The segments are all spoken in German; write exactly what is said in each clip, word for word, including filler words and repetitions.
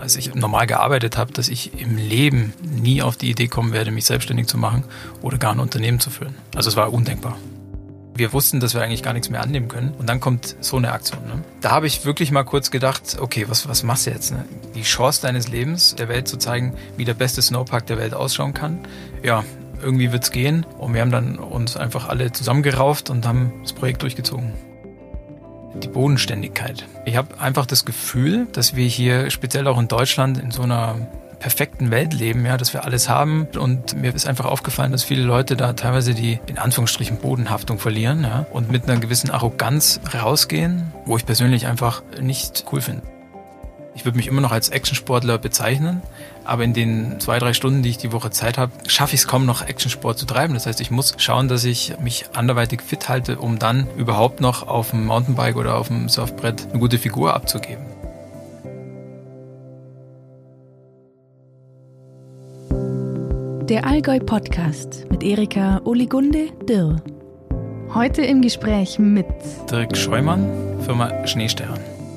als ich normal gearbeitet habe, dass ich im Leben nie auf die Idee kommen werde, mich selbstständig zu machen oder gar ein Unternehmen zu führen. Also es war undenkbar. Wir wussten, dass wir eigentlich gar nichts mehr annehmen können. Und dann kommt so eine Aktion. Ne? Da habe ich wirklich mal kurz gedacht, okay, was, was machst du jetzt? Ne? Die Chance deines Lebens, der Welt zu zeigen, wie der beste Snowpark der Welt ausschauen kann. Ja, irgendwie wird's gehen. Und wir haben dann uns einfach alle zusammengerauft und haben das Projekt durchgezogen. Die Bodenständigkeit. Ich habe einfach das Gefühl, dass wir hier speziell auch in Deutschland in so einer perfekten Welt leben, ja, dass wir alles haben. Und mir ist einfach aufgefallen, dass viele Leute da teilweise die, in Anführungsstrichen, Bodenhaftung verlieren, ja, und mit einer gewissen Arroganz rausgehen, wo ich persönlich einfach nicht cool finde. Ich würde mich immer noch als Actionsportler bezeichnen, aber in den zwei, drei Stunden, die ich die Woche Zeit habe, schaffe ich es kaum noch, Actionsport zu treiben. Das heißt, ich muss schauen, dass ich mich anderweitig fit halte, um dann überhaupt noch auf dem Mountainbike oder auf dem Surfbrett eine gute Figur abzugeben. Der Allgäu-Podcast mit Erika Oligunde Dirr. Heute im Gespräch mit Dirk Scheumann, Firma Schneestern.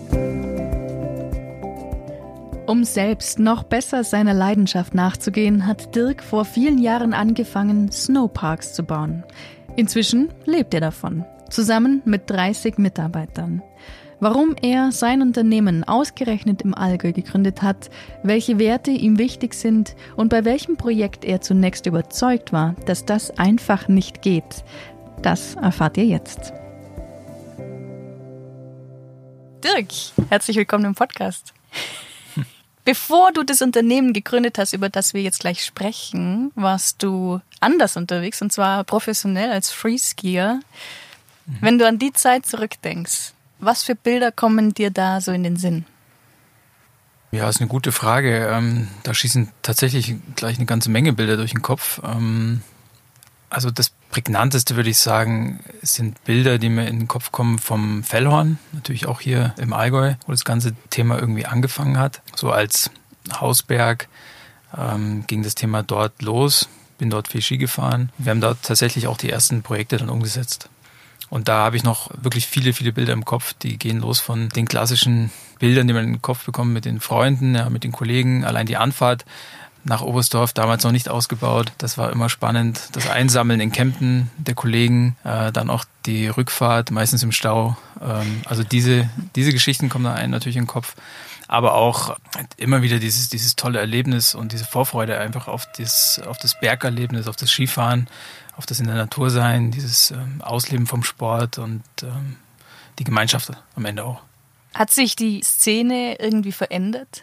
Um selbst noch besser seiner Leidenschaft nachzugehen, hat Dirk vor vielen Jahren angefangen, Snowparks zu bauen. Inzwischen lebt er davon, zusammen mit dreißig Mitarbeitern. Warum er sein Unternehmen ausgerechnet im Allgäu gegründet hat, welche Werte ihm wichtig sind und bei welchem Projekt er zunächst überzeugt war, dass das einfach nicht geht, das erfahrt ihr jetzt. Dirk, herzlich willkommen im Podcast. Bevor du das Unternehmen gegründet hast, über das wir jetzt gleich sprechen, warst du anders unterwegs, und zwar professionell als Freeskier. Mhm. Wenn du an die Zeit zurückdenkst, was für Bilder kommen dir da so in den Sinn? Ja, ist eine gute Frage. Da schießen tatsächlich gleich eine ganze Menge Bilder durch den Kopf. Also das Prägnanteste, würde ich sagen, sind Bilder, die mir in den Kopf kommen vom Fellhorn, natürlich auch hier im Allgäu, wo das ganze Thema irgendwie angefangen hat. So als Hausberg ähm, ging das Thema dort los, bin dort viel Ski gefahren. Wir haben dort tatsächlich auch die ersten Projekte dann umgesetzt. Und da habe ich noch wirklich viele, viele Bilder im Kopf, die gehen los von den klassischen Bildern, die man in den Kopf bekommt mit den Freunden, ja, mit den Kollegen, allein die Anfahrt nach Oberstdorf, damals noch nicht ausgebaut. Das war immer spannend. Das Einsammeln in Kempten der Kollegen, äh, dann auch die Rückfahrt, meistens im Stau. Ähm, also diese, diese Geschichten kommen da einem natürlich in den Kopf. Aber auch immer wieder dieses, dieses tolle Erlebnis und diese Vorfreude einfach auf das, auf das Bergerlebnis, auf das Skifahren, auf das in der Natur sein, dieses ähm, Ausleben vom Sport und ähm, die Gemeinschaft am Ende auch. Hat sich die Szene irgendwie verändert?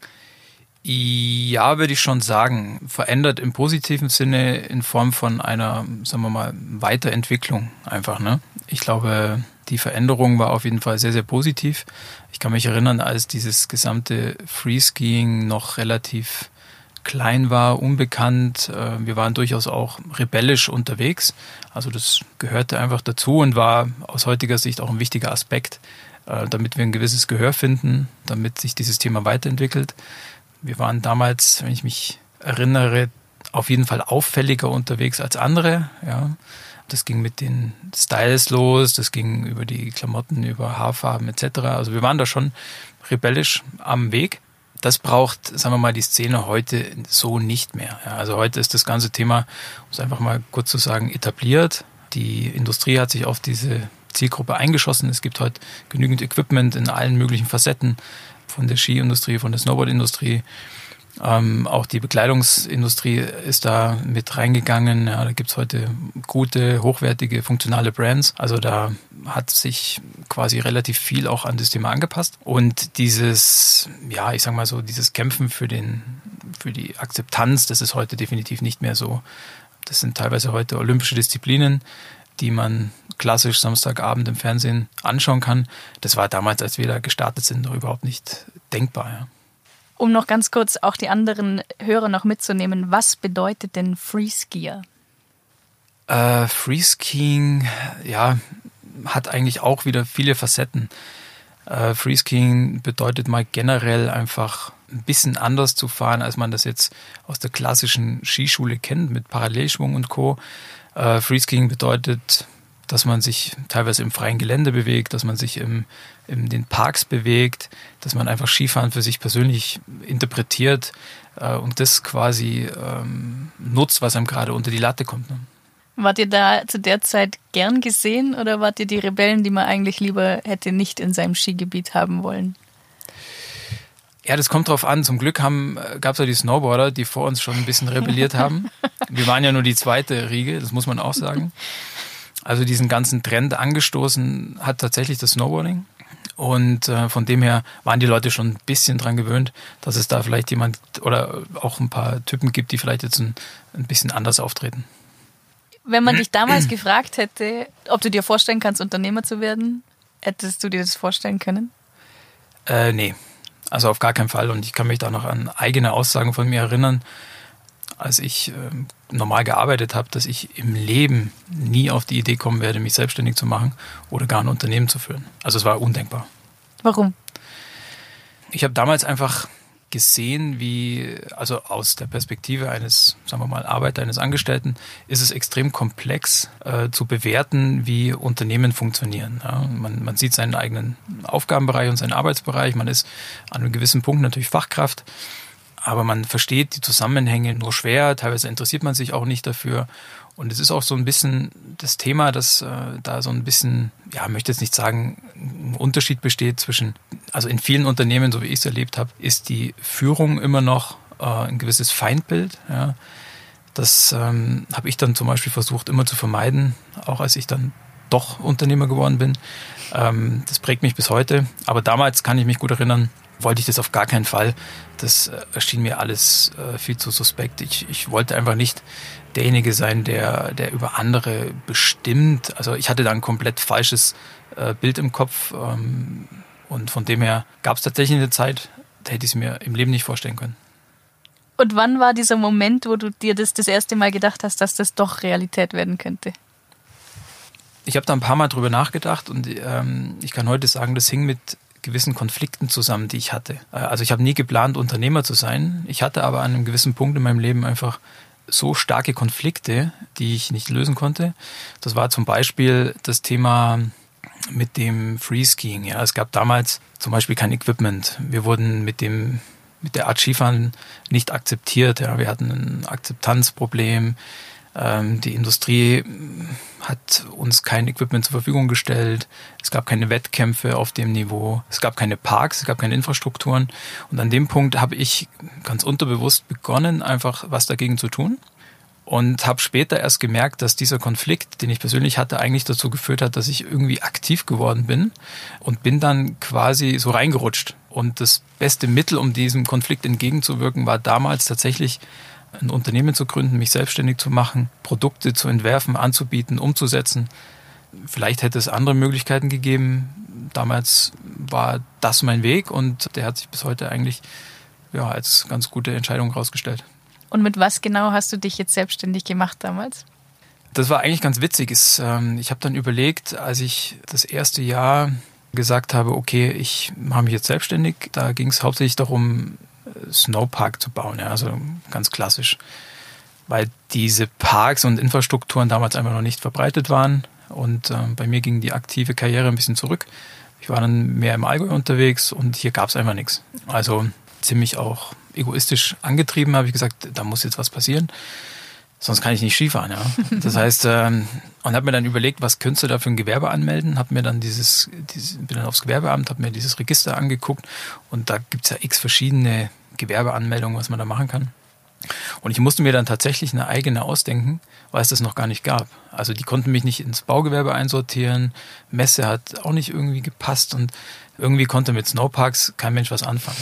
Ja, würde ich schon sagen. Verändert im positiven Sinne in Form von einer, sagen wir mal, Weiterentwicklung einfach, ne? Ich glaube, die Veränderung war auf jeden Fall sehr, sehr positiv. Ich kann mich erinnern, als dieses gesamte Freeskiing noch relativ klein war, unbekannt. Wir waren durchaus auch rebellisch unterwegs. Also das gehörte einfach dazu und war aus heutiger Sicht auch ein wichtiger Aspekt, damit wir ein gewisses Gehör finden, damit sich dieses Thema weiterentwickelt. Wir waren damals, wenn ich mich erinnere, auf jeden Fall auffälliger unterwegs als andere. Ja. Das ging mit den Styles los, das ging über die Klamotten, über Haarfarben et cetera. Also wir waren da schon rebellisch am Weg. Das braucht, sagen wir mal, die Szene heute so nicht mehr. Ja. Also heute ist das ganze Thema, um es einfach mal kurz zu sagen, etabliert. Die Industrie hat sich auf diese Zielgruppe eingeschossen. Es gibt heute genügend Equipment in allen möglichen Facetten, von der Skiindustrie, von der Snowboardindustrie. Ähm, auch die Bekleidungsindustrie ist da mit reingegangen. Ja, da gibt es heute gute, hochwertige, funktionale Brands. Also da hat sich quasi relativ viel auch an das Thema angepasst. Und dieses, ja, ich sag mal so, dieses Kämpfen für den, für die Akzeptanz, das ist heute definitiv nicht mehr so. Das sind teilweise heute olympische Disziplinen, die man klassisch Samstagabend im Fernsehen anschauen kann. Das war damals, als wir da gestartet sind, noch überhaupt nicht denkbar. Ja. Um noch ganz kurz auch die anderen Hörer noch mitzunehmen, was bedeutet denn Freeskier? Äh, Freeskiing, ja, hat eigentlich auch wieder viele Facetten. Äh, Freeskiing bedeutet mal generell einfach ein bisschen anders zu fahren, als man das jetzt aus der klassischen Skischule kennt, mit Parallelschwung und Co. Äh, Freeskiing bedeutet, dass man sich teilweise im freien Gelände bewegt, dass man sich im, in den Parks bewegt, dass man einfach Skifahren für sich persönlich interpretiert äh, und das quasi ähm, nutzt, was einem gerade unter die Latte kommt. Ne? Wart ihr da zu der Zeit gern gesehen oder wart ihr die Rebellen, die man eigentlich lieber hätte nicht in seinem Skigebiet haben wollen? Ja, das kommt drauf an. Zum Glück gab es ja die Snowboarder, die vor uns schon ein bisschen rebelliert haben. Wir waren ja nur die zweite Riege, das muss man auch sagen. Also diesen ganzen Trend angestoßen hat tatsächlich das Snowboarding. Und äh, von dem her waren die Leute schon ein bisschen dran gewöhnt, dass es da vielleicht jemand oder auch ein paar Typen gibt, die vielleicht jetzt ein, ein bisschen anders auftreten. Wenn man dich damals gefragt hätte, ob du dir vorstellen kannst, Unternehmer zu werden, hättest du dir das vorstellen können? Äh, nee. Also auf gar keinen Fall. Und ich kann mich da noch an eigene Aussagen von mir erinnern, als ich äh, normal gearbeitet habe, dass ich im Leben nie auf die Idee kommen werde, mich selbstständig zu machen oder gar ein Unternehmen zu führen. Also es war undenkbar. Warum? Ich habe damals einfach gesehen, wie, also aus der Perspektive eines, sagen wir mal, Arbeiter, eines Angestellten, ist es extrem komplex äh, zu bewerten, wie Unternehmen funktionieren. Ja, man, man sieht seinen eigenen Aufgabenbereich und seinen Arbeitsbereich, man ist an einem gewissen Punkt natürlich Fachkraft, aber man versteht die Zusammenhänge nur schwer, teilweise interessiert man sich auch nicht dafür. Und es ist auch so ein bisschen das Thema, dass äh, da so ein bisschen, ja, ich möchte jetzt nicht sagen, ein Unterschied besteht zwischen, also in vielen Unternehmen, so wie ich es erlebt habe, ist die Führung immer noch äh, ein gewisses Feindbild. Ja. Das ähm, habe ich dann zum Beispiel versucht immer zu vermeiden, auch als ich dann doch Unternehmer geworden bin. Ähm, das prägt mich bis heute. Aber damals kann ich mich gut erinnern, wollte ich das auf gar keinen Fall. Das äh, erschien mir alles äh, viel zu suspekt. Ich, ich wollte einfach nicht derjenige sein, der, der über andere bestimmt. Also ich hatte da ein komplett falsches äh, Bild im Kopf. Ähm, und von dem her gab es tatsächlich eine Zeit, da hätte ich es mir im Leben nicht vorstellen können. Und wann war dieser Moment, wo du dir das das erste Mal gedacht hast, dass das doch Realität werden könnte? Ich habe da ein paar Mal drüber nachgedacht und ähm, ich kann heute sagen, das hing mit gewissen Konflikten zusammen, die ich hatte. Also ich habe nie geplant, Unternehmer zu sein. Ich hatte aber an einem gewissen Punkt in meinem Leben einfach so starke Konflikte, die ich nicht lösen konnte. Das war zum Beispiel das Thema mit dem Freeskiing. Ja, es gab damals zum Beispiel kein Equipment. Wir wurden mit dem mit der Art Skifahren nicht akzeptiert. Ja, wir hatten ein Akzeptanzproblem. Ähm, die Industrie hat uns kein Equipment zur Verfügung gestellt. Es gab keine Wettkämpfe auf dem Niveau. Es gab keine Parks, es gab keine Infrastrukturen. Und an dem Punkt habe ich ganz unterbewusst begonnen, einfach was dagegen zu tun. Und habe später erst gemerkt, dass dieser Konflikt, den ich persönlich hatte, eigentlich dazu geführt hat, dass ich irgendwie aktiv geworden bin und bin dann quasi so reingerutscht. Und das beste Mittel, um diesem Konflikt entgegenzuwirken, war damals tatsächlich ein Unternehmen zu gründen, mich selbstständig zu machen, Produkte zu entwerfen, anzubieten, umzusetzen. Vielleicht hätte es andere Möglichkeiten gegeben. Damals war das mein Weg und der hat sich bis heute eigentlich ja, als ganz gute Entscheidung herausgestellt. Und mit was genau hast du dich jetzt selbstständig gemacht damals? Das war eigentlich ganz witzig. Ich habe dann überlegt, als ich das erste Jahr gesagt habe, okay, ich mache mich jetzt selbstständig, da ging es hauptsächlich darum, Snowpark zu bauen, ja, also ganz klassisch, weil diese Parks und Infrastrukturen damals einfach noch nicht verbreitet waren und äh, bei mir ging die aktive Karriere ein bisschen zurück. Ich war dann mehr im Allgäu unterwegs und hier gab es einfach nichts. Also ziemlich auch egoistisch angetrieben habe ich gesagt, da muss jetzt was passieren, sonst kann ich nicht Skifahren. Ja. Das heißt, ähm, und habe mir dann überlegt, was könntest du da für ein Gewerbe anmelden, habe mir dann dieses, dieses, bin dann aufs Gewerbeamt, habe mir dieses Register angeguckt und da gibt es ja x verschiedene Gewerbeanmeldungen, was man da machen kann. Und ich musste mir dann tatsächlich eine eigene ausdenken, weil es das noch gar nicht gab. Also die konnten mich nicht ins Baugewerbe einsortieren, Messe hat auch nicht irgendwie gepasst und irgendwie konnte mit Snowparks kein Mensch was anfangen.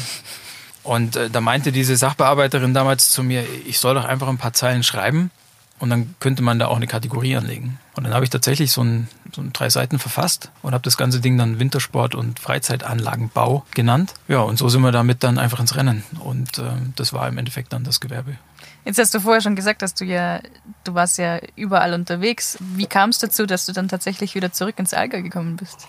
Und äh, da meinte diese Sachbearbeiterin damals zu mir, ich soll doch einfach ein paar Zeilen schreiben und dann könnte man da auch eine Kategorie anlegen. Und dann habe ich tatsächlich so ein, so ein drei Seiten verfasst und habe das ganze Ding dann Wintersport und Freizeitanlagenbau genannt. Ja, und so sind wir damit dann einfach ins Rennen. Und äh, das war im Endeffekt dann das Gewerbe. Jetzt hast du vorher schon gesagt, dass du ja, du warst ja überall unterwegs. Wie kam es dazu, dass du dann tatsächlich wieder zurück ins Allgäu gekommen bist?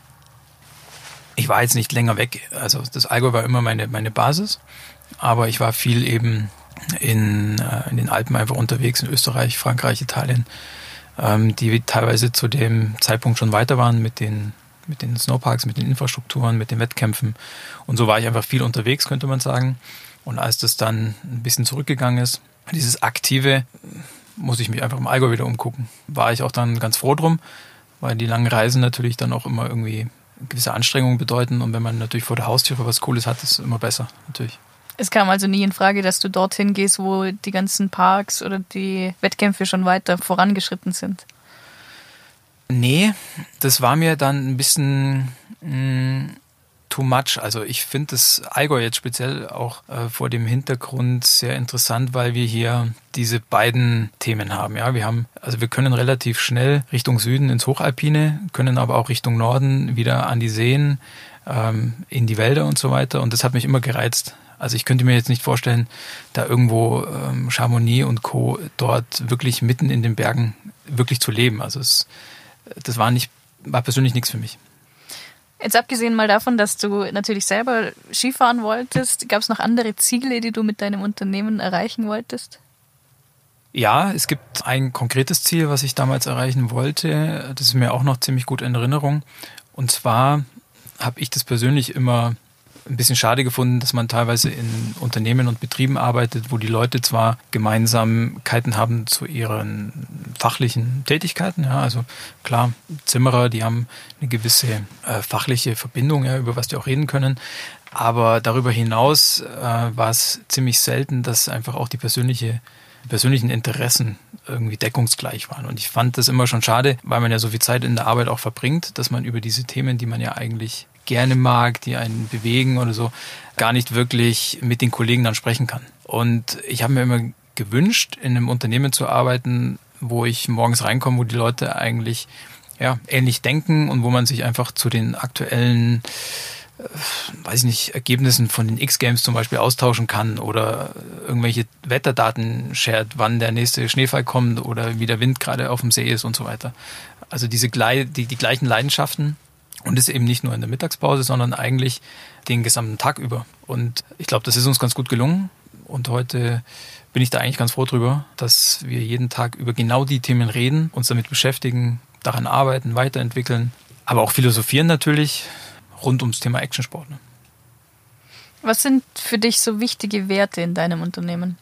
Ich war jetzt nicht länger weg. Also das Allgäu war immer meine, meine Basis. Aber ich war viel eben in, äh, in den Alpen einfach unterwegs, in Österreich, Frankreich, Italien. ähm, die teilweise zu dem Zeitpunkt schon weiter waren mit den, mit den Snowparks, mit den Infrastrukturen, mit den Wettkämpfen. Und so war ich einfach viel unterwegs, könnte man sagen. Und als das dann ein bisschen zurückgegangen ist, dieses Aktive, muss ich mich einfach im Allgäu wieder umgucken. War ich auch dann ganz froh drum, weil die langen Reisen natürlich dann auch immer irgendwie gewisse Anstrengungen bedeuten. Und wenn man natürlich vor der Haustüre was Cooles hat, ist es immer besser, natürlich. Es kam also nie in Frage, dass du dorthin gehst, wo die ganzen Parks oder die Wettkämpfe schon weiter vorangeschritten sind? Nee, das war mir dann ein bisschen mh, too much. Also ich finde das Allgäu jetzt speziell auch äh, vor dem Hintergrund sehr interessant, weil wir hier diese beiden Themen haben. Ja, wir haben, also wir können relativ schnell Richtung Süden ins Hochalpine, können aber auch Richtung Norden wieder an die Seen, ähm, in die Wälder und so weiter. Und das hat mich immer gereizt. Also ich könnte mir jetzt nicht vorstellen, da irgendwo ähm, Chamonix und Co. dort wirklich mitten in den Bergen wirklich zu leben. Also es, das war nicht, war persönlich nichts für mich. Jetzt abgesehen mal davon, dass du natürlich selber Skifahren wolltest, gab es noch andere Ziele, die du mit deinem Unternehmen erreichen wolltest? Ja, es gibt ein konkretes Ziel, was ich damals erreichen wollte. Das ist mir auch noch ziemlich gut in Erinnerung. Und zwar habe ich das persönlich immer ein bisschen schade gefunden, dass man teilweise in Unternehmen und Betrieben arbeitet, wo die Leute zwar Gemeinsamkeiten haben zu ihren fachlichen Tätigkeiten, ja, also klar, Zimmerer, die haben eine gewisse äh, fachliche Verbindung, ja, über was die auch reden können, aber darüber hinaus äh, war es ziemlich selten, dass einfach auch die persönliche, persönlichen Interessen irgendwie deckungsgleich waren. Und ich fand das immer schon schade, weil man ja so viel Zeit in der Arbeit auch verbringt, dass man über diese Themen, die man ja eigentlich gerne mag, die einen bewegen oder so, gar nicht wirklich mit den Kollegen dann sprechen kann. Und ich habe mir immer gewünscht, in einem Unternehmen zu arbeiten, wo ich morgens reinkomme, wo die Leute eigentlich ja, ähnlich denken und wo man sich einfach zu den aktuellen, äh, weiß ich nicht, Ergebnissen von den X-Games zum Beispiel austauschen kann oder irgendwelche Wetterdaten shared, wann der nächste Schneefall kommt oder wie der Wind gerade auf dem See ist und so weiter. Also diese die, die gleichen Leidenschaften. Und das eben nicht nur in der Mittagspause, sondern eigentlich den gesamten Tag über. Und ich glaube, das ist uns ganz gut gelungen. Und heute bin ich da eigentlich ganz froh drüber, dass wir jeden Tag über genau die Themen reden, uns damit beschäftigen, daran arbeiten, weiterentwickeln, aber auch philosophieren natürlich rund ums Thema Actionsport. Ne? Was sind für dich so wichtige Werte in deinem Unternehmen?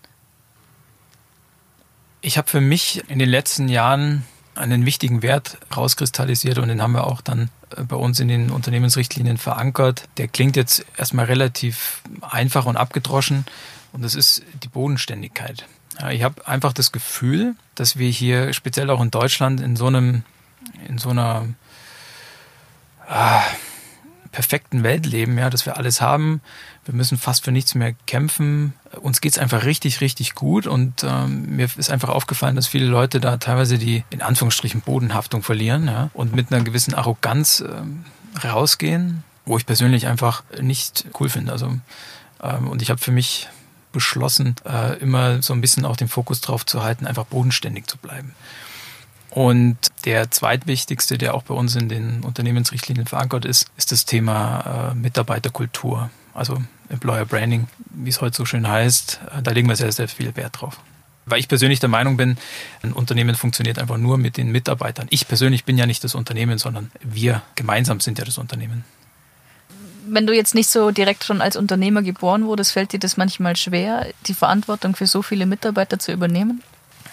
Ich habe für mich in den letzten Jahren einen wichtigen Wert rauskristallisiert und den haben wir auch dann bei uns in den Unternehmensrichtlinien verankert. Der klingt jetzt erstmal relativ einfach und abgedroschen und das ist die Bodenständigkeit. Ja, ich habe einfach das Gefühl, dass wir hier speziell auch in Deutschland in so einem, in so einer ah, perfekten Welt leben, ja, dass wir alles haben. Wir müssen fast für nichts mehr kämpfen. Uns geht's einfach richtig, richtig gut und ähm, mir ist einfach aufgefallen, dass viele Leute da teilweise die, in Anführungsstrichen, Bodenhaftung verlieren, ja, und mit einer gewissen Arroganz ähm, rausgehen, wo ich persönlich einfach nicht cool finde. Also ähm, und ich habe für mich beschlossen, äh, immer so ein bisschen auch den Fokus drauf zu halten, einfach bodenständig zu bleiben. Und der zweitwichtigste, der auch bei uns in den Unternehmensrichtlinien verankert ist, ist das Thema äh, Mitarbeiterkultur. Also Employer Branding, wie es heute so schön heißt, äh, da legen wir sehr, sehr viel Wert drauf. Weil ich persönlich der Meinung bin, ein Unternehmen funktioniert einfach nur mit den Mitarbeitern. Ich persönlich bin ja nicht das Unternehmen, sondern wir gemeinsam sind ja das Unternehmen. Wenn du jetzt nicht so direkt schon als Unternehmer geboren wurdest, fällt dir das manchmal schwer, die Verantwortung für so viele Mitarbeiter zu übernehmen?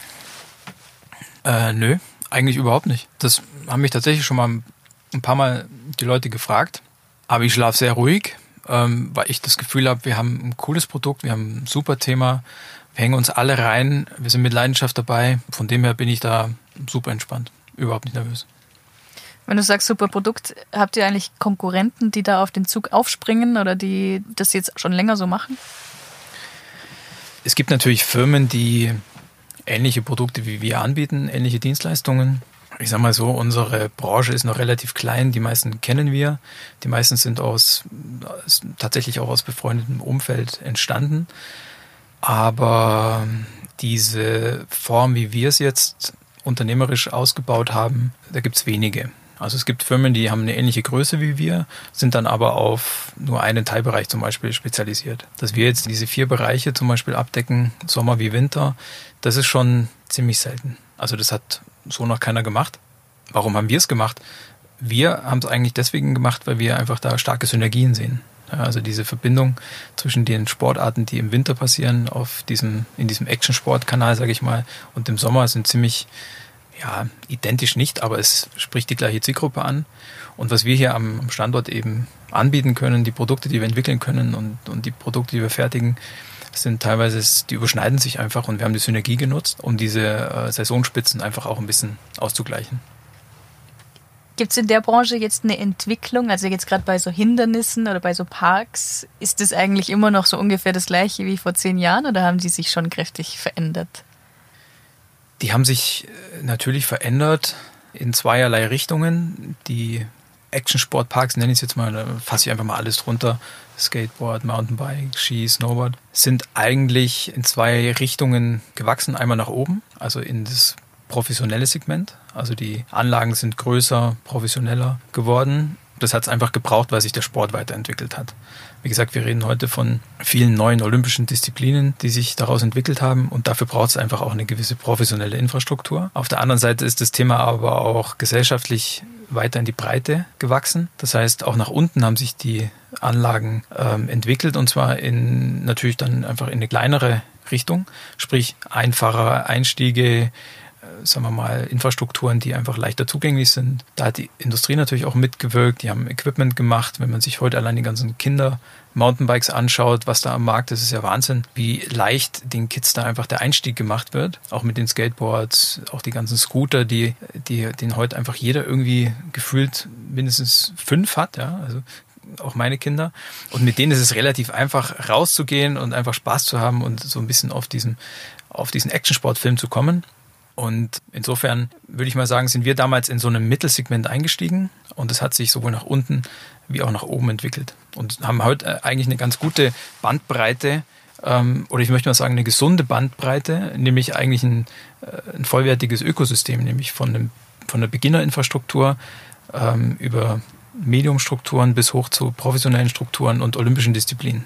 Äh, nö, eigentlich überhaupt nicht. Das haben mich tatsächlich schon mal ein paar Mal die Leute gefragt. Aber ich schlafe sehr ruhig, ähm, weil ich das Gefühl habe, wir haben ein cooles Produkt, wir haben ein super Thema, wir hängen uns alle rein, wir sind mit Leidenschaft dabei. Von dem her bin ich da super entspannt, überhaupt nicht nervös. Wenn du sagst, super Produkt, habt ihr eigentlich Konkurrenten, die da auf den Zug aufspringen oder die das jetzt schon länger so machen? Es gibt natürlich Firmen, die ähnliche Produkte wie wir anbieten, ähnliche Dienstleistungen. Ich sag mal so, unsere Branche ist noch relativ klein, die meisten kennen wir. Die meisten sind aus, tatsächlich auch aus befreundetem Umfeld entstanden. Aber diese Form, wie wir es jetzt unternehmerisch ausgebaut haben, da gibt es wenige. Also es gibt Firmen, die haben eine ähnliche Größe wie wir, sind dann aber auf nur einen Teilbereich zum Beispiel spezialisiert. Dass wir jetzt diese vier Bereiche zum Beispiel abdecken, Sommer wie Winter, das ist schon ziemlich selten. Also das hat so noch keiner gemacht. Warum haben wir es gemacht? Wir haben es eigentlich deswegen gemacht, weil wir einfach da starke Synergien sehen. Ja, also diese Verbindung zwischen den Sportarten, die im Winter passieren, auf diesem, in diesem Action-Sport-Kanal, sage ich mal, und im Sommer sind ziemlich, ja, identisch nicht, aber es spricht die gleiche Zielgruppe an. Und was wir hier am Standort eben anbieten können, die Produkte, die wir entwickeln können und, und die Produkte, die wir fertigen, sind teilweise, die überschneiden sich einfach und wir haben die Synergie genutzt, um diese äh, Saisonspitzen einfach auch ein bisschen auszugleichen. Gibt es in der Branche jetzt eine Entwicklung, also jetzt gerade bei so Hindernissen oder bei so Parks, ist das eigentlich immer noch so ungefähr das Gleiche wie vor zehn Jahren oder haben die sich schon kräftig verändert? Die haben sich natürlich verändert in zweierlei Richtungen. Die Action-Sport-Parks, nenne ich es jetzt mal, da fasse ich einfach mal alles drunter, Skateboard, Mountainbike, Ski, Snowboard, sind eigentlich in zwei Richtungen gewachsen. Einmal nach oben, also in das professionelle Segment. Also die Anlagen sind größer, professioneller geworden. Das hat es einfach gebraucht, weil sich der Sport weiterentwickelt hat. Wie gesagt, wir reden heute von vielen neuen olympischen Disziplinen, die sich daraus entwickelt haben. Und dafür braucht es einfach auch eine gewisse professionelle Infrastruktur. Auf der anderen Seite ist das Thema aber auch gesellschaftlich weiter in die Breite gewachsen. Das heißt, auch nach unten haben sich die Anlagen ähm, entwickelt und zwar in natürlich dann einfach in eine kleinere Richtung, sprich einfache Einstiege, sagen wir mal, Infrastrukturen, die einfach leichter zugänglich sind. Da hat die Industrie natürlich auch mitgewirkt. Die haben Equipment gemacht. Wenn man sich heute allein die ganzen Kinder-Mountainbikes anschaut, was da am Markt ist, ist ja Wahnsinn, wie leicht den Kids da einfach der Einstieg gemacht wird. Auch mit den Skateboards, auch die ganzen Scooter, die, die, den heute einfach jeder irgendwie gefühlt mindestens fünf hat, ja, also auch meine Kinder. Und mit denen ist es relativ einfach rauszugehen und einfach Spaß zu haben und so ein bisschen auf diesen, auf diesen Action-Sport-Film zu kommen. Und insofern würde ich mal sagen, sind wir damals in so einem Mittelsegment eingestiegen und es hat sich sowohl nach unten wie auch nach oben entwickelt und haben heute eigentlich eine ganz gute Bandbreite ähm, oder ich möchte mal sagen eine gesunde Bandbreite, nämlich eigentlich ein, ein vollwertiges Ökosystem, nämlich von, dem, von der Beginnerinfrastruktur ähm, über Mediumstrukturen bis hoch zu professionellen Strukturen und olympischen Disziplinen.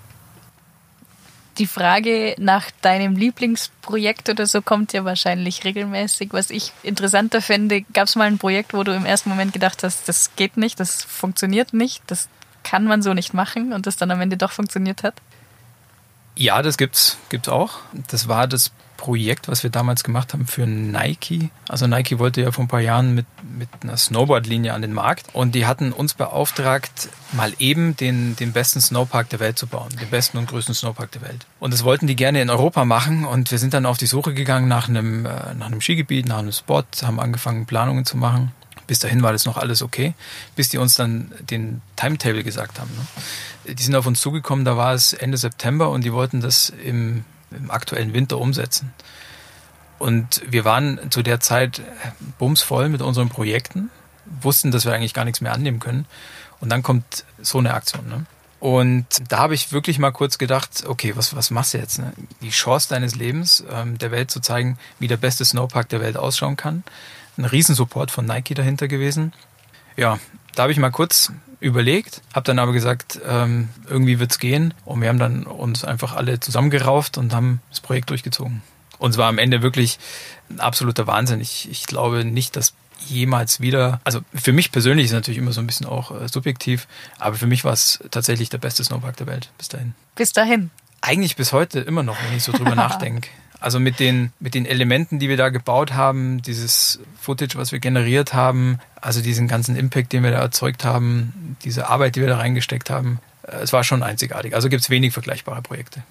Die Frage nach deinem Lieblingsprojekt oder so kommt ja wahrscheinlich regelmäßig. Was ich interessanter fände, gab es mal ein Projekt, wo du im ersten Moment gedacht hast, das geht nicht, das funktioniert nicht, das kann man so nicht machen und das dann am Ende doch funktioniert hat? Ja, das gibt's, gibt's auch. Das war das Projekt, was wir damals gemacht haben für Nike. Also Nike wollte ja vor ein paar Jahren mit, mit einer Snowboard-Linie an den Markt und die hatten uns beauftragt, mal eben den, den besten Snowpark der Welt zu bauen, den besten und größten Snowpark der Welt. Und das wollten die gerne in Europa machen und wir sind dann auf die Suche gegangen nach einem, äh, nach einem Skigebiet, nach einem Spot, haben angefangen Planungen zu machen. Bis dahin war das noch alles okay, bis die uns dann den Timetable gesagt haben. Ne? Die sind auf uns zugekommen, da war es Ende September und die wollten das im im aktuellen Winter umsetzen. Und wir waren zu der Zeit bumsvoll mit unseren Projekten, wussten, dass wir eigentlich gar nichts mehr annehmen können. Und dann kommt so eine Aktion. Ne? Und da habe ich wirklich mal kurz gedacht, okay, was, was machst du jetzt? Ne? Die Chance deines Lebens, ähm, der Welt zu zeigen, wie der beste Snowpark der Welt ausschauen kann. Ein Riesensupport von Nike dahinter gewesen. Ja, da habe ich mal kurz überlegt, habe dann aber gesagt, ähm, irgendwie wird's gehen und wir haben dann uns einfach alle zusammengerauft und haben das Projekt durchgezogen. Und es war am Ende wirklich ein absoluter Wahnsinn. Ich, ich glaube nicht, dass jemals wieder, also für mich persönlich ist es natürlich immer so ein bisschen auch äh, subjektiv, aber für mich war es tatsächlich der beste Snowpark der Welt bis dahin. Bis dahin? Eigentlich bis heute immer noch, wenn ich so drüber nachdenke. Also mit den, mit den Elementen, die wir da gebaut haben, dieses Footage, was wir generiert haben, also diesen ganzen Impact, den wir da erzeugt haben, diese Arbeit, die wir da reingesteckt haben, es war schon einzigartig. Also gibt es wenig vergleichbare Projekte.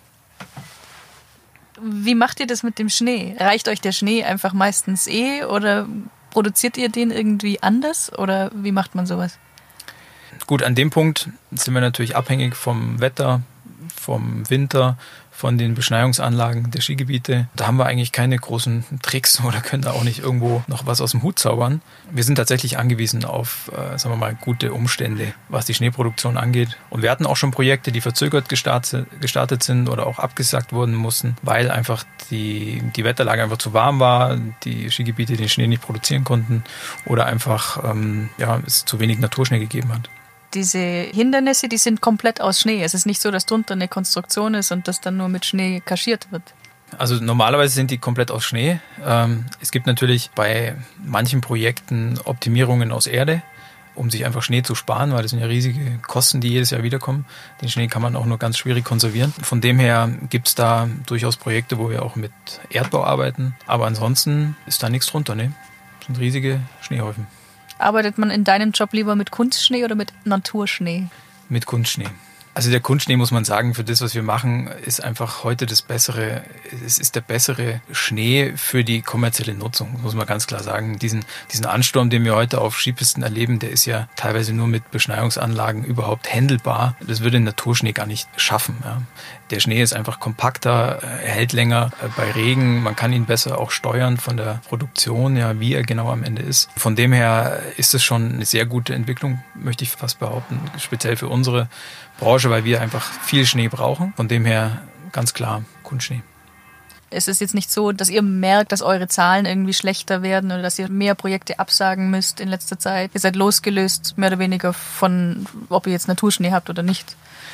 Wie macht ihr das mit dem Schnee? Reicht euch der Schnee einfach meistens eh oder produziert ihr den irgendwie anders oder wie macht man sowas? Gut, an dem Punkt sind wir natürlich abhängig vom Wetter, vom Winter, von den Beschneiungsanlagen der Skigebiete. Da haben wir eigentlich keine großen Tricks oder können da auch nicht irgendwo noch was aus dem Hut zaubern. Wir sind tatsächlich angewiesen auf, äh, sagen wir mal, gute Umstände, was die Schneeproduktion angeht. Und wir hatten auch schon Projekte, die verzögert gestartet, gestartet sind oder auch abgesagt wurden mussten, weil einfach die, die Wetterlage einfach zu warm war, die Skigebiete den Schnee nicht produzieren konnten oder einfach ähm, ja, es zu wenig Naturschnee gegeben hat. Diese Hindernisse, die sind komplett aus Schnee. Es ist nicht so, dass drunter eine Konstruktion ist und das dann nur mit Schnee kaschiert wird. Also normalerweise sind die komplett aus Schnee. Ähm, es gibt natürlich bei manchen Projekten Optimierungen aus Erde, um sich einfach Schnee zu sparen, weil das sind ja riesige Kosten, die jedes Jahr wiederkommen. Den Schnee kann man auch nur ganz schwierig konservieren. Von dem her gibt es da durchaus Projekte, wo wir auch mit Erdbau arbeiten. Aber ansonsten ist da nichts drunter, ne? Das sind riesige Schneehäufen. Arbeitet man in deinem Job lieber mit Kunstschnee oder mit Naturschnee? Mit Kunstschnee. Also der Kunstschnee, muss man sagen, für das, was wir machen, ist einfach heute das bessere, es ist der bessere Schnee für die kommerzielle Nutzung, muss man ganz klar sagen. Diesen, diesen Ansturm, den wir heute auf Skipisten erleben, der ist ja teilweise nur mit Beschneiungsanlagen überhaupt händelbar. Das würde ein Naturschnee gar nicht schaffen. Ja. Der Schnee ist einfach kompakter, er hält länger bei Regen, man kann ihn besser auch steuern von der Produktion, ja, wie er genau am Ende ist. Von dem her ist es schon eine sehr gute Entwicklung, möchte ich fast behaupten, speziell für unsere Branche, weil wir einfach viel Schnee brauchen. Von dem her ganz klar Kunstschnee. Es ist jetzt nicht so, dass ihr merkt, dass eure Zahlen irgendwie schlechter werden oder dass ihr mehr Projekte absagen müsst in letzter Zeit. Ihr seid losgelöst, mehr oder weniger von, ob ihr jetzt Naturschnee habt oder nicht.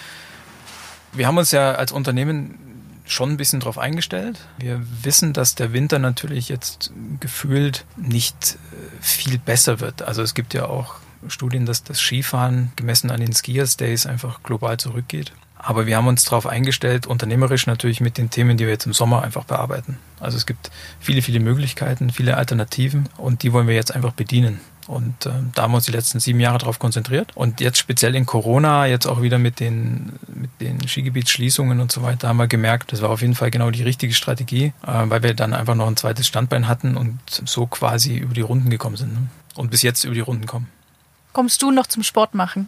Wir haben uns ja als Unternehmen schon ein bisschen drauf eingestellt. Wir wissen, dass der Winter natürlich jetzt gefühlt nicht viel besser wird. Also es gibt ja auch Studien, dass das Skifahren gemessen an den Skiers Days einfach global zurückgeht. Aber wir haben uns darauf eingestellt, unternehmerisch natürlich mit den Themen, die wir jetzt im Sommer einfach bearbeiten. Also es gibt viele, viele Möglichkeiten, viele Alternativen und die wollen wir jetzt einfach bedienen. Und äh, da haben wir uns die letzten sieben Jahre darauf konzentriert. Und jetzt speziell in Corona, jetzt auch wieder mit den, mit den Skigebietsschließungen und so weiter, haben wir gemerkt, das war auf jeden Fall genau die richtige Strategie, äh, weil wir dann einfach noch ein zweites Standbein hatten und so quasi über die Runden gekommen sind. Ne? Und bis jetzt über die Runden kommen. Kommst du noch zum Sport machen?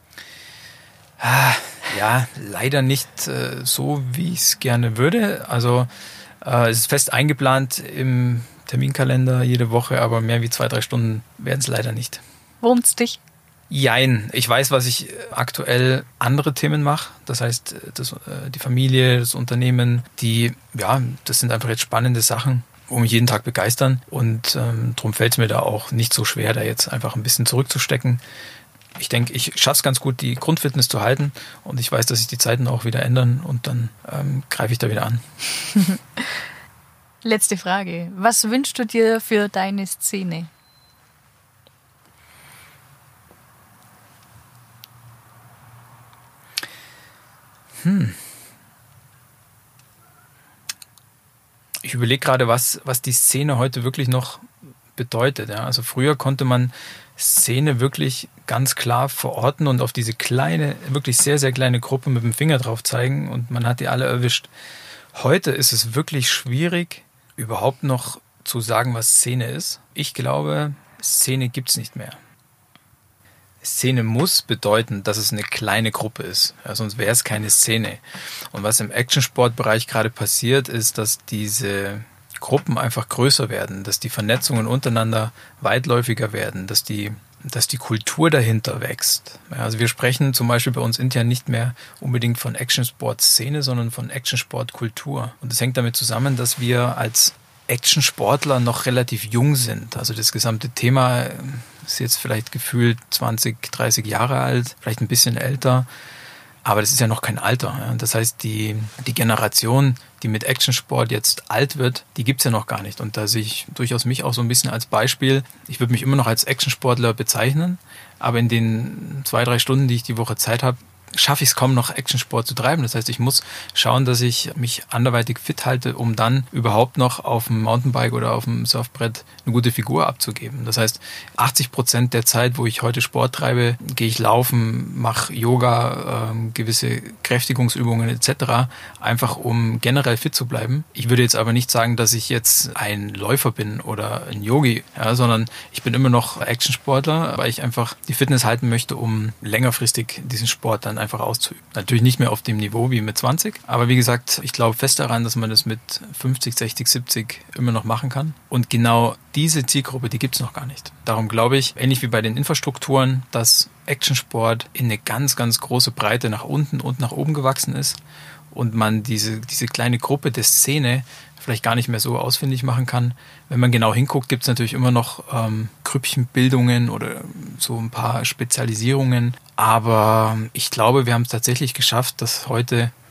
Ah, ja, leider nicht äh, so, wie ich es gerne würde. Also äh, es ist fest eingeplant im Terminkalender jede Woche, aber mehr wie zwei, drei Stunden werden es leider nicht. Wurmt's dich? Jein. Ich weiß, was ich aktuell andere Themen mache. Das heißt, das, äh, die Familie, das Unternehmen, die, ja, das sind einfach jetzt spannende Sachen, wo mich jeden Tag begeistern. Und ähm, darum fällt es mir da auch nicht so schwer, da jetzt einfach ein bisschen zurückzustecken. Ich denke, ich schaffe es ganz gut, die Grundfitness zu halten und ich weiß, dass sich die Zeiten auch wieder ändern und dann ähm, greife ich da wieder an. Letzte Frage. Was wünschst du dir für deine Szene? Hm. Ich überlege gerade, was, was die Szene heute wirklich noch bedeutet. Ja. Also früher konnte man Szene wirklich ganz klar verorten und auf diese kleine, wirklich sehr, sehr kleine Gruppe mit dem Finger drauf zeigen und man hat die alle erwischt. Heute ist es wirklich schwierig, überhaupt noch zu sagen, was Szene ist. Ich glaube, Szene gibt es nicht mehr. Szene muss bedeuten, dass es eine kleine Gruppe ist, ja, sonst wäre es keine Szene. Und was im Actionsportbereich gerade passiert, ist, dass diese Gruppen einfach größer werden, dass die Vernetzungen untereinander weitläufiger werden, dass die, dass die Kultur dahinter wächst. Ja, also wir sprechen zum Beispiel bei uns intern nicht mehr unbedingt von Actionsport-Szene, sondern von Actionsport-Kultur. Und das hängt damit zusammen, dass wir als Actionsportler noch relativ jung sind. Also das gesamte Thema ist jetzt vielleicht gefühlt zwanzig, dreißig Jahre alt, vielleicht ein bisschen älter. Aber das ist ja noch kein Alter. Ja. Das heißt, die, die Generation, die mit Actionsport jetzt alt wird, die gibt's ja noch gar nicht. Und da sehe ich durchaus mich auch so ein bisschen als Beispiel. Ich würde mich immer noch als Actionsportler bezeichnen, aber in den zwei, drei Stunden, die ich die Woche Zeit habe, schaffe ich es kaum noch, Actionsport zu treiben. Das heißt, ich muss schauen, dass ich mich anderweitig fit halte, um dann überhaupt noch auf dem Mountainbike oder auf dem Surfbrett eine gute Figur abzugeben. Das heißt, achtzig Prozent der Zeit, wo ich heute Sport treibe, gehe ich laufen, mache Yoga, äh, gewisse Kräftigungsübungen et cetera, einfach um generell fit zu bleiben. Ich würde jetzt aber nicht sagen, dass ich jetzt ein Läufer bin oder ein Yogi, ja, sondern ich bin immer noch Actionsportler, weil ich einfach die Fitness halten möchte, um längerfristig diesen Sport dann einfach auszuüben. Natürlich nicht mehr auf dem Niveau wie mit zwanzig, aber wie gesagt, ich glaube fest daran, dass man das mit fünfzig, sechzig, siebzig immer noch machen kann. Und genau diese Zielgruppe, die gibt es noch gar nicht. Darum glaube ich, ähnlich wie bei den Infrastrukturen, dass Actionsport in eine ganz, ganz große Breite nach unten und nach oben gewachsen ist und man diese, diese kleine Gruppe der Szene vielleicht gar nicht mehr so ausfindig machen kann. Wenn man genau hinguckt, gibt es natürlich immer noch ähm, Grüppchenbildungen oder so ein paar Spezialisierungen. Aber ich glaube, wir haben es tatsächlich geschafft, dass heute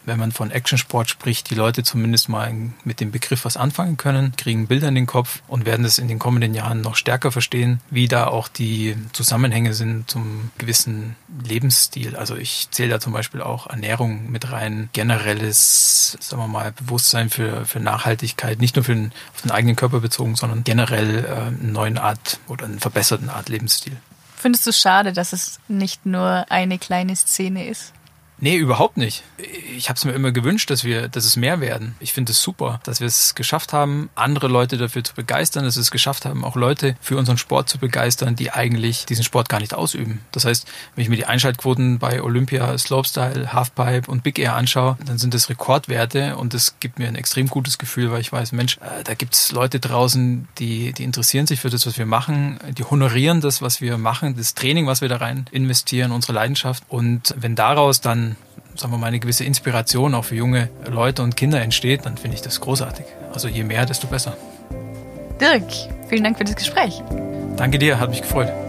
wenn man von Actionsport spricht, die Leute zumindest mal mit dem Begriff was anfangen können, kriegen Bilder in den Kopf und werden es in den kommenden Jahren noch stärker verstehen, wie da auch die Zusammenhänge sind zum gewissen Lebensstil. Also ich zähle da zum Beispiel auch Ernährung mit rein, generelles, sagen wir mal, Bewusstsein für, für Nachhaltigkeit, nicht nur für den, auf den eigenen Körper bezogen, sondern generell äh, eine neue Art oder einen verbesserten Art Lebensstil. Findest du schade, dass es nicht nur eine kleine Szene ist? Nee, überhaupt nicht. Ich habe es mir immer gewünscht, dass wir, dass es mehr werden. Ich finde es super, dass wir es geschafft haben, andere Leute dafür zu begeistern, dass wir es geschafft haben, auch Leute für unseren Sport zu begeistern, die eigentlich diesen Sport gar nicht ausüben. Das heißt, wenn ich mir die Einschaltquoten bei Olympia, Slopestyle, Halfpipe und Big Air anschaue, dann sind das Rekordwerte und das gibt mir ein extrem gutes Gefühl, weil ich weiß, Mensch, äh, da gibt's Leute draußen, die, die interessieren sich für das, was wir machen, die honorieren das, was wir machen, das Training, was wir da rein investieren, unsere Leidenschaft. Und wenn daraus dann sagen wir mal, eine gewisse Inspiration auch für junge Leute und Kinder entsteht, dann finde ich das großartig. Also je mehr, desto besser. Dirk, vielen Dank für das Gespräch. Danke dir, hat mich gefreut.